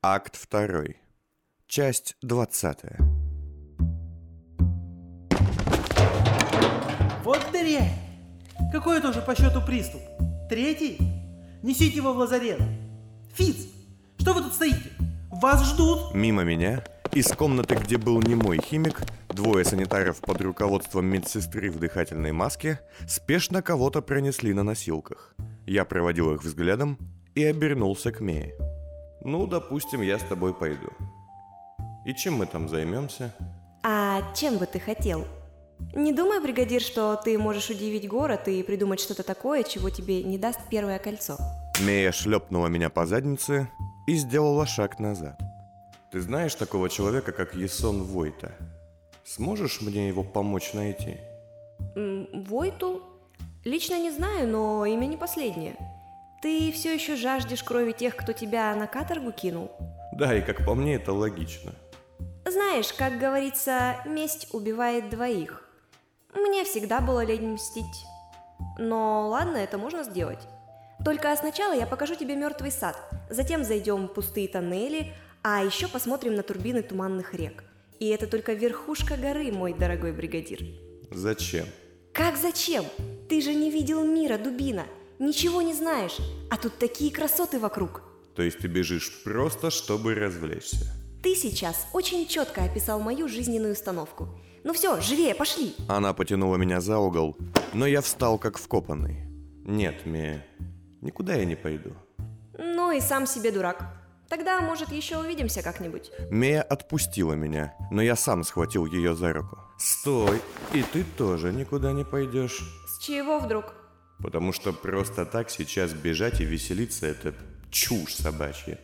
Акт 2. Часть 20. Вот дрянь! Какой это уже по счету приступ? 3? Несите его в лазарет. Фиц, что вы тут стоите? Вас ждут. Мимо меня, из комнаты, где был немой химик, двое санитаров под руководством медсестры в дыхательной маске спешно кого-то пронесли на носилках. Я проводил их взглядом и обернулся к Мее. Ну, допустим, я с тобой пойду. И чем мы там займемся? А чем бы ты хотел? Не думай, бригадир, что ты можешь удивить город и придумать что-то такое, чего тебе не даст первое кольцо. Мея шлепнула меня по заднице и сделала шаг назад. Ты знаешь такого человека, как Ясон Войта? Сможешь мне его помочь найти? Войту? Лично не знаю, но имя не последнее. Ты все еще жаждешь крови тех, кто тебя на каторгу кинул? Да, и как по мне, это логично. Знаешь, как говорится, месть убивает двоих. Мне всегда было лень мстить. Но ладно, это можно сделать. Только сначала я покажу тебе мертвый сад, затем зайдем в пустые тоннели, а еще посмотрим на турбины туманных рек. И это только верхушка горы, мой дорогой бригадир. Зачем? Как зачем? Ты же не видел мира, дубина. Ничего не знаешь, а тут такие красоты вокруг. То есть ты бежишь просто, чтобы развлечься? Ты сейчас очень четко описал мою жизненную установку. Ну все, живее, пошли. Она потянула меня за угол, но я встал как вкопанный. Нет, Мия, никуда я не пойду. Ну и сам себе дурак. Тогда, может, еще увидимся как-нибудь. Мия отпустила меня, но я сам схватил ее за руку. Стой, и ты тоже никуда не пойдешь. С чего вдруг? Потому что просто так сейчас бежать и веселиться – это чушь собачья.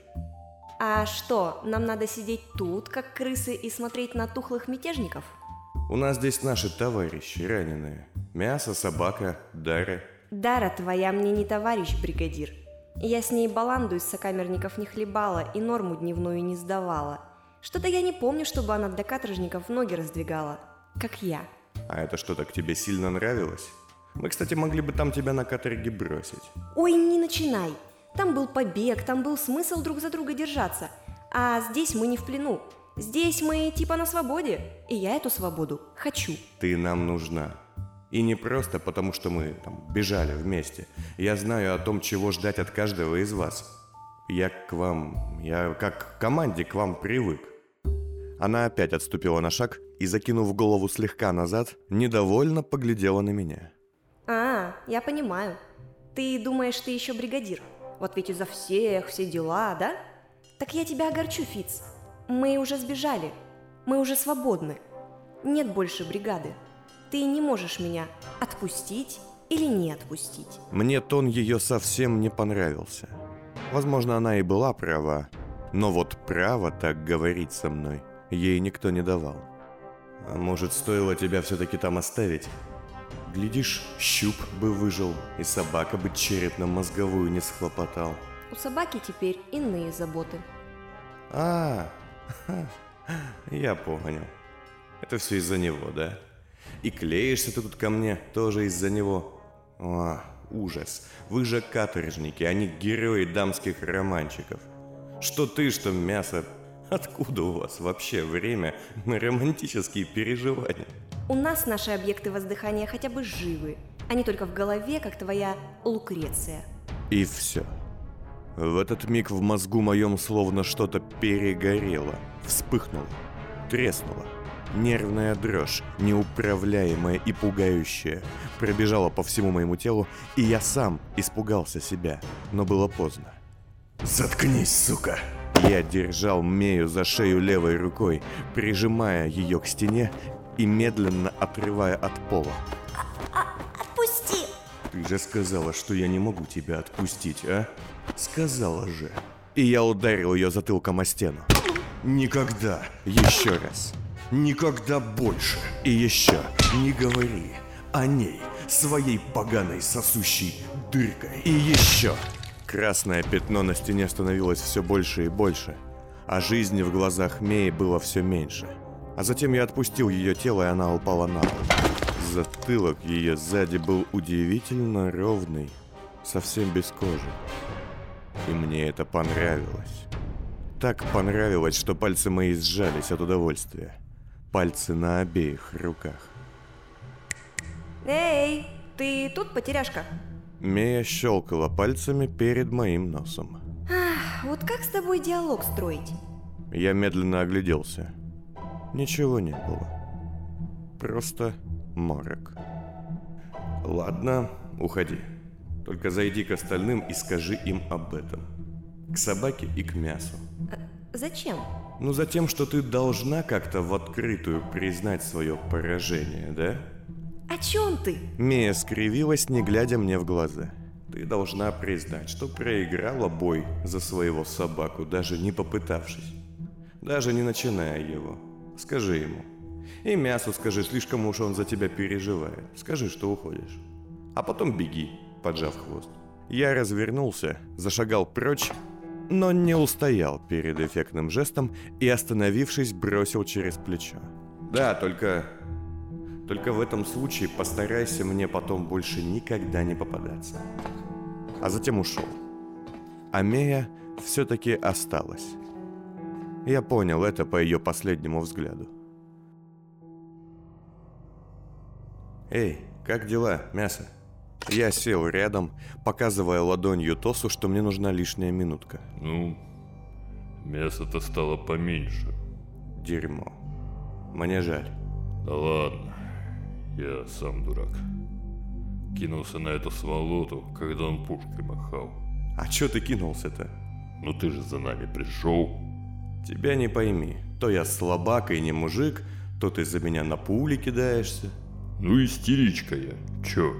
А что, нам надо сидеть тут, как крысы, и смотреть на тухлых мятежников? У нас здесь наши товарищи раненые. Мясо, собака, Дара. Дара твоя мне не товарищ, бригадир. Я с ней баланду из сокамерников не хлебала и норму дневную не сдавала. Что-то я не помню, чтобы она для каторжников ноги раздвигала, как я. А это что, так тебе сильно нравилось? Мы, кстати, могли бы там тебя на каторге бросить. Ой, не начинай. Там был побег, там был смысл друг за друга держаться. А здесь мы не в плену. Здесь мы типа на свободе. И я эту свободу хочу. Ты нам нужна. И не просто потому, что мы там бежали вместе. Я знаю о том, чего ждать от каждого из вас. Я как к команде к вам привык. Она опять отступила на шаг и, закинув голову слегка назад, недовольно поглядела на меня. Я понимаю. Ты думаешь, ты еще бригадир? Вот ведь из-за всех, все дела, да? Так я тебя огорчу, Фиц. Мы уже сбежали. Мы уже свободны. Нет больше бригады. Ты не можешь меня отпустить или не отпустить. Мне тон ее совсем не понравился. Возможно, она и была права, но вот право так говорить со мной ей никто не давал. А может, стоило тебя все-таки там оставить? Глядишь, щуп бы выжил, и собака бы черепно-мозговую не схлопотал. У собаки теперь иные заботы. Я понял. Это все из-за него, да? И клеишься ты тут ко мне тоже из-за него. Ужас. Вы же каторжники, а не герои дамских романчиков. Что ты, что мясо. Откуда у вас вообще время на романтические переживания? У нас наши объекты воздыхания хотя бы живы, а не только в голове, как твоя Лукреция. И все. В этот миг в мозгу моем словно что-то перегорело, вспыхнуло, треснуло. Нервная дрожь, неуправляемая и пугающая, пробежала по всему моему телу, и я сам испугался себя, но было поздно. «Заткнись, сука!» Я держал Мею за шею левой рукой, прижимая ее к стене и медленно отрывая от пола. Отпусти! Ты же сказала, что я не могу тебя отпустить, а? Сказала же. И я ударил ее затылком о стену. Никогда! Еще раз. Никогда больше. И еще не говори о ней своей поганой сосущей дыркой. И еще. Красное пятно на стене становилось все больше и больше, а жизни в глазах Меи было все меньше. А затем я отпустил ее тело, и она упала на пол. Затылок ее сзади был удивительно ровный, совсем без кожи. И мне это понравилось. так понравилось, что пальцы мои сжались от удовольствия. Пальцы на обеих руках. Эй, ты тут, потеряшка? Мия щелкала пальцами перед моим носом. Вот как с тобой диалог строить? Я медленно огляделся. Ничего не было. Просто морок. Ладно, уходи. Только зайди к остальным и скажи им об этом. К собаке и к мясу. Зачем? Ну, за тем, что ты должна как-то в открытую признать свое поражение, да? О чем ты? Мия скривилась, не глядя мне в глаза. Ты должна признать, что проиграла бой за своего собаку, даже не попытавшись. Даже не начиная его. Скажи ему. И мясу скажи, слишком уж он за тебя переживает. Скажи, что уходишь. А потом беги, поджав хвост. Я развернулся, зашагал прочь, но не устоял перед эффектным жестом и, остановившись, бросил через плечо. Да, только в этом случае постарайся мне потом больше никогда не попадаться. А затем ушел. А Мия все-таки осталась. Я понял это по ее последнему взгляду. «Эй, как дела, мясо?» Я сел рядом, показывая ладонью Тосу, что мне нужна лишняя минутка. Ну, мясо-то стало поменьше. Дерьмо. Мне жаль. Да ладно, я сам дурак. Кинулся на эту сволоту, когда он пушкой махал. А чё ты кинулся-то? Ну ты же за нами пришел. Тебя не пойми. То я слабак и не мужик, то ты за меня на пули кидаешься. Ну истеричка я, чё?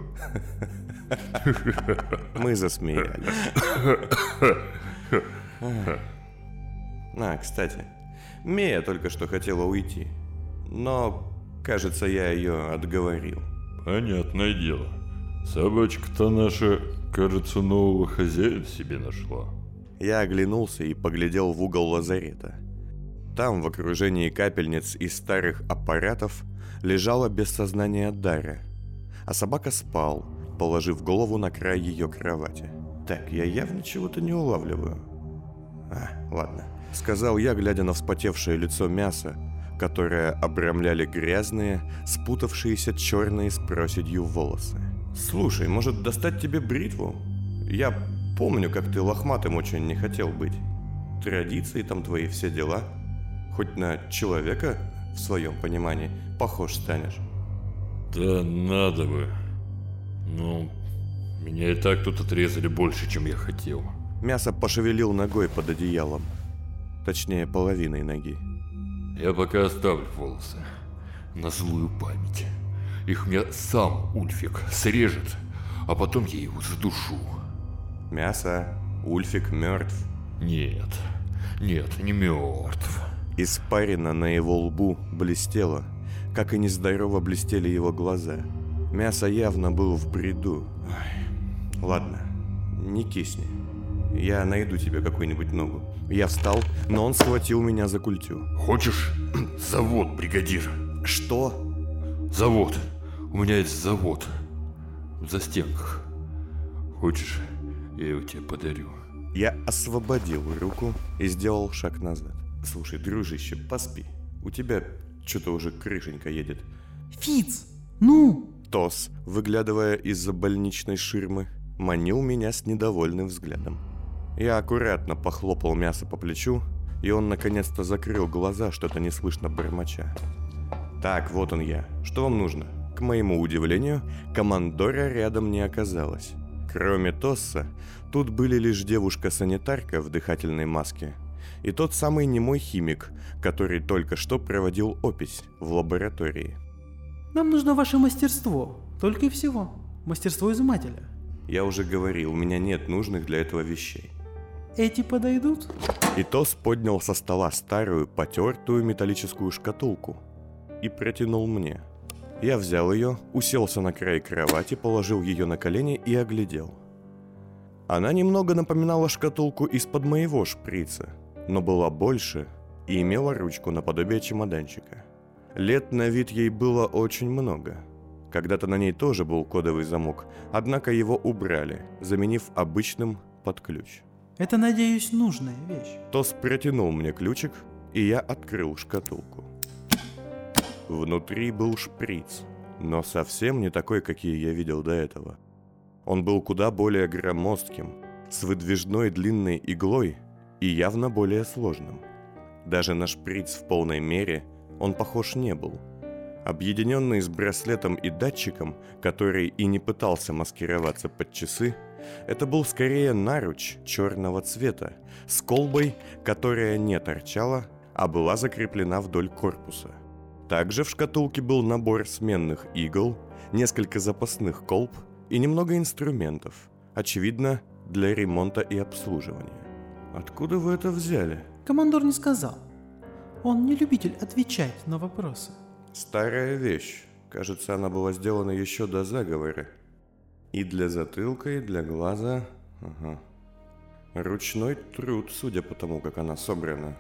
Мы засмеялись. Кстати, Мия только что хотела уйти. Но, кажется, я ее отговорил. Понятное дело. Собачка-то наша, кажется, нового хозяина себе нашла. Я оглянулся и поглядел в угол лазарета. Там, в окружении капельниц и старых аппаратов, лежала без сознания Дара. А собака спал, положив голову на край ее кровати. Так, я явно чего-то не улавливаю. Ладно, сказал я, глядя на вспотевшее лицо мяса, которое обрамляли грязные, спутавшиеся черные с проседью волосы. Слушай, может достать тебе бритву? Я помню, как ты лохматым очень не хотел быть. Традиции там твои, все дела. Хоть на человека, в своем понимании, похож станешь. Да надо бы. Ну, меня и так тут отрезали больше, чем я хотел. Мясо пошевелил ногой под одеялом. Точнее, половиной ноги. Я пока оставлю волосы. На злую память. Их мне сам Ульфик срежет, а потом я его задушу. Мясо? Ульфик мертв? Нет, не мертв. Испарина на его лбу блестела, как и нездорово блестели его глаза. Мясо явно был в бреду. Ладно, не кисни. Я найду тебе какую-нибудь ногу. Я встал, но он схватил меня за культю. Хочешь завод, бригадир? Что? Завод. У меня есть завод. В застенках. Хочешь, я его тебе подарю? Я освободил руку и сделал шаг назад. Слушай, дружище, поспи. У тебя что-то уже крышенька едет. Фиц, ну! Тос, выглядывая из-за больничной ширмы, манил меня с недовольным взглядом. Я аккуратно похлопал мясо по плечу, и он наконец-то закрыл глаза, что-то неслышно бормоча. Так, вот он я. Что вам нужно? К моему удивлению, командора рядом не оказалось. Кроме Тосса, тут были лишь девушка-санитарка в дыхательной маске и тот самый немой химик, который только что проводил опись в лаборатории. Нам нужно ваше мастерство, только и всего. Мастерство изымателя. Я уже говорил, у меня нет нужных для этого вещей. Эти подойдут? И Тос поднял со стола старую, потертую металлическую шкатулку и протянул мне. Я взял ее, уселся на край кровати, положил ее на колени и оглядел. Она немного напоминала шкатулку из-под моего шприца, но была больше и имела ручку наподобие чемоданчика. Лет на вид ей было очень много. Когда-то на ней тоже был кодовый замок, однако его убрали, заменив обычным под ключ. Это, надеюсь, нужная вещь. Тос протянул мне ключик, и я открыл шкатулку. Внутри был шприц, но совсем не такой, какие я видел до этого. Он был куда более громоздким, с выдвижной длинной иглой и явно более сложным. Даже на шприц в полной мере он похож не был. Объединенный с браслетом и датчиком, который и не пытался маскироваться под часы, это был скорее наруч черного цвета, с колбой, которая не торчала, а была закреплена вдоль корпуса. Также в шкатулке был набор сменных игл, несколько запасных колб и немного инструментов, очевидно, для ремонта и обслуживания. Откуда вы это взяли? Командор не сказал. Он не любитель отвечать на вопросы. Старая вещь. Кажется, она была сделана еще до заговора. И для затылка, и для глаза. Ага. Ручной труд, судя по тому, как она собрана.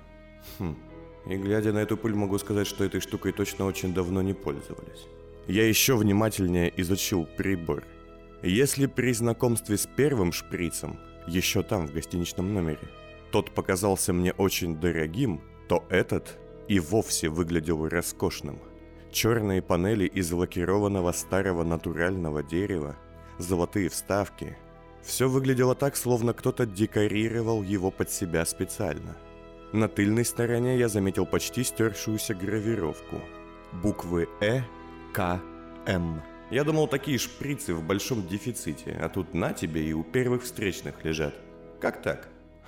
И глядя на эту пыль, могу сказать, что этой штукой точно очень давно не пользовались. Я еще внимательнее изучил прибор. Если при знакомстве с первым шприцем, еще там, в гостиничном номере, тот показался мне очень дорогим, то этот и вовсе выглядел роскошным. Черные панели из лакированного старого натурального дерева, золотые вставки. Все выглядело так, словно кто-то декорировал его под себя специально. На тыльной стороне я заметил почти стершуюся гравировку. Буквы «Э», «К», «М». Я думал, такие шприцы в большом дефиците, а тут на тебе и у первых встречных лежат. Как так?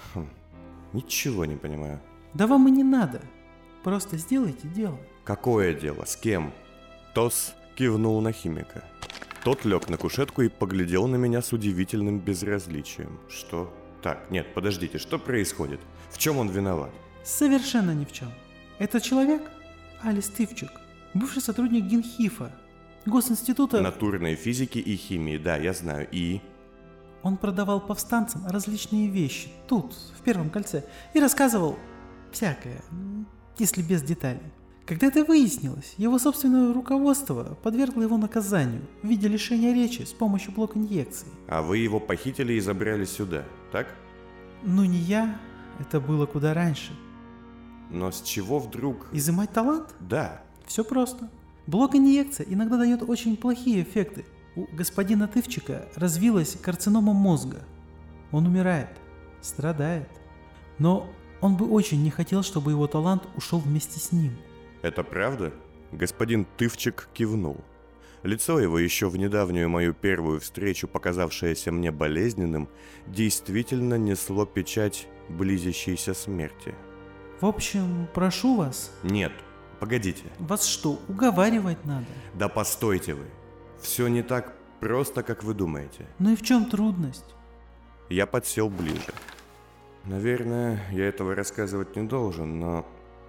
Ничего не понимаю. Да вам и не надо. Просто сделайте дело. Какое дело? С кем? Тос кивнул на химика. Тот лег на кушетку и поглядел на меня с удивительным безразличием. Что? Так, нет, подождите, что происходит? В чем он виноват? Совершенно ни в чем. Этот человек, Алис Тывчик, бывший сотрудник Генхифа, госинститута... Натурной физики и химии, да, я знаю. И... Он продавал повстанцам различные вещи тут, в Первом кольце, и рассказывал всякое, если без деталей. Когда это выяснилось, его собственное руководство подвергло его наказанию в виде лишения речи с помощью блок-инъекции. А вы его похитили и забрали сюда, так? Ну не я, это было куда раньше. Но с чего вдруг... Изымать талант? Да. Все просто. Блок-инъекция иногда дает очень плохие эффекты. У господина Тывчика развилась карцинома мозга. Он умирает, страдает. Но он бы очень не хотел, чтобы его талант ушел вместе с ним. Это правда? Господин Тывчик кивнул. Лицо его, еще в недавнюю мою первую встречу, показавшееся мне болезненным, действительно несло печать близящейся смерти. В общем, прошу вас... Нет, погодите. Вас что, уговаривать надо? Да постойте вы. Все не так просто, как вы думаете. Ну и в чем трудность? Я подсел ближе. Наверное, я этого рассказывать не должен, но...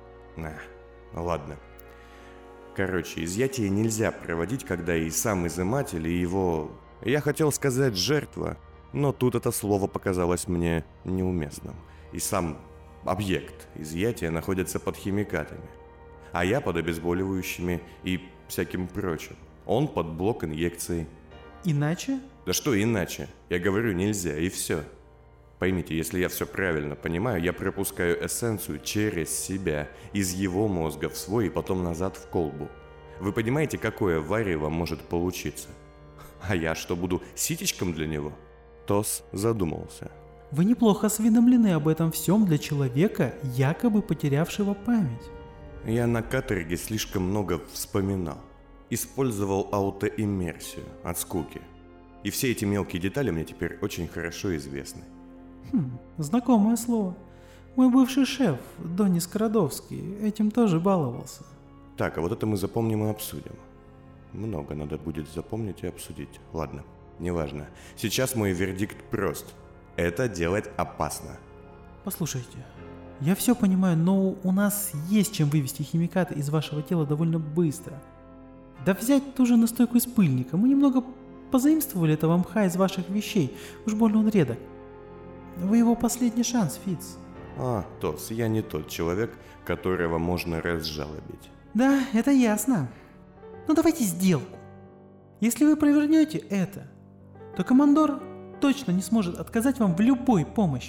Ладно. Короче, изъятие нельзя проводить, когда и сам изыматель, и его... Я хотел сказать «жертва», но тут это слово показалось мне неуместным. И сам объект изъятия находится под химикатами, а я под обезболивающими и всяким прочим. Он под блок инъекций. Иначе? Да что иначе? Я говорю, нельзя, и все. Поймите, если я все правильно понимаю, я пропускаю эссенцию через себя, из его мозга в свой и потом назад в колбу. Вы понимаете, какое варево может получиться? А я что, буду ситечком для него? Тос задумался. Вы неплохо осведомлены об этом всем для человека, якобы потерявшего память. Я на каторге слишком много вспоминал. Использовал аутоиммерсию от скуки. И все эти мелкие детали мне теперь очень хорошо известны. Знакомое слово. Мой бывший шеф, Донни Скородовский, этим тоже баловался. Так, а вот это мы запомним и обсудим. Много надо будет запомнить и обсудить. Ладно, неважно. Сейчас мой вердикт прост. Это делать опасно. Послушайте, я все понимаю, но у нас есть чем вывести химикаты из вашего тела довольно быстро. Да взять ту же настойку из пыльника. Мы немного позаимствовали этого мха из ваших вещей. Уж больно он редок. Вы его последний шанс, Фиц. Тос, я не тот человек, которого можно разжалобить. Да, это ясно. Но давайте сделку. Если вы провернете это, то командор точно не сможет отказать вам в любой помощи.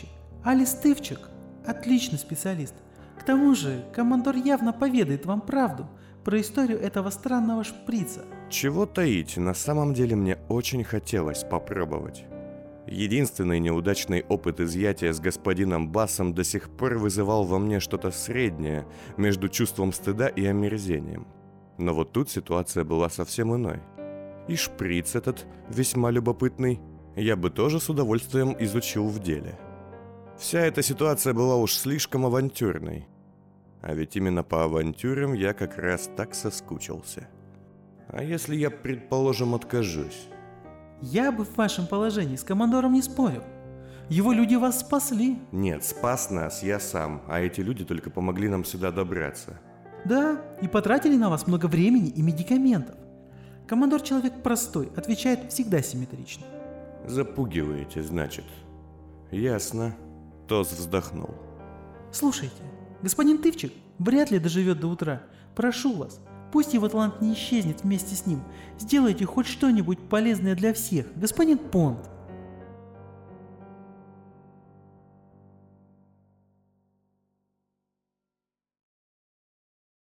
Алис Тывчик – отличный специалист. К тому же, командор явно поведает вам правду про историю этого странного шприца. Чего таить, на самом деле мне очень хотелось попробовать. Единственный неудачный опыт изъятия с господином Басом до сих пор вызывал во мне что-то среднее между чувством стыда и омерзением. Но вот тут ситуация была совсем иной. И шприц этот, весьма любопытный, я бы тоже с удовольствием изучил в деле. Вся эта ситуация была уж слишком авантюрной. А ведь именно по авантюрам я как раз так соскучился. А если я, предположим, откажусь? Я бы в вашем положении с командором не спорил. Его люди вас спасли. Нет, спас нас я сам, а эти люди только помогли нам сюда добраться. Да, и потратили на вас много времени и медикаментов. Командор человек простой, отвечает всегда симметрично. Запугиваете, значит. Ясно. Тос вздохнул. Слушайте, господин Тывчик вряд ли доживет до утра. Прошу вас, пусть его талант не исчезнет вместе с ним. Сделайте хоть что-нибудь полезное для всех, господин Понт.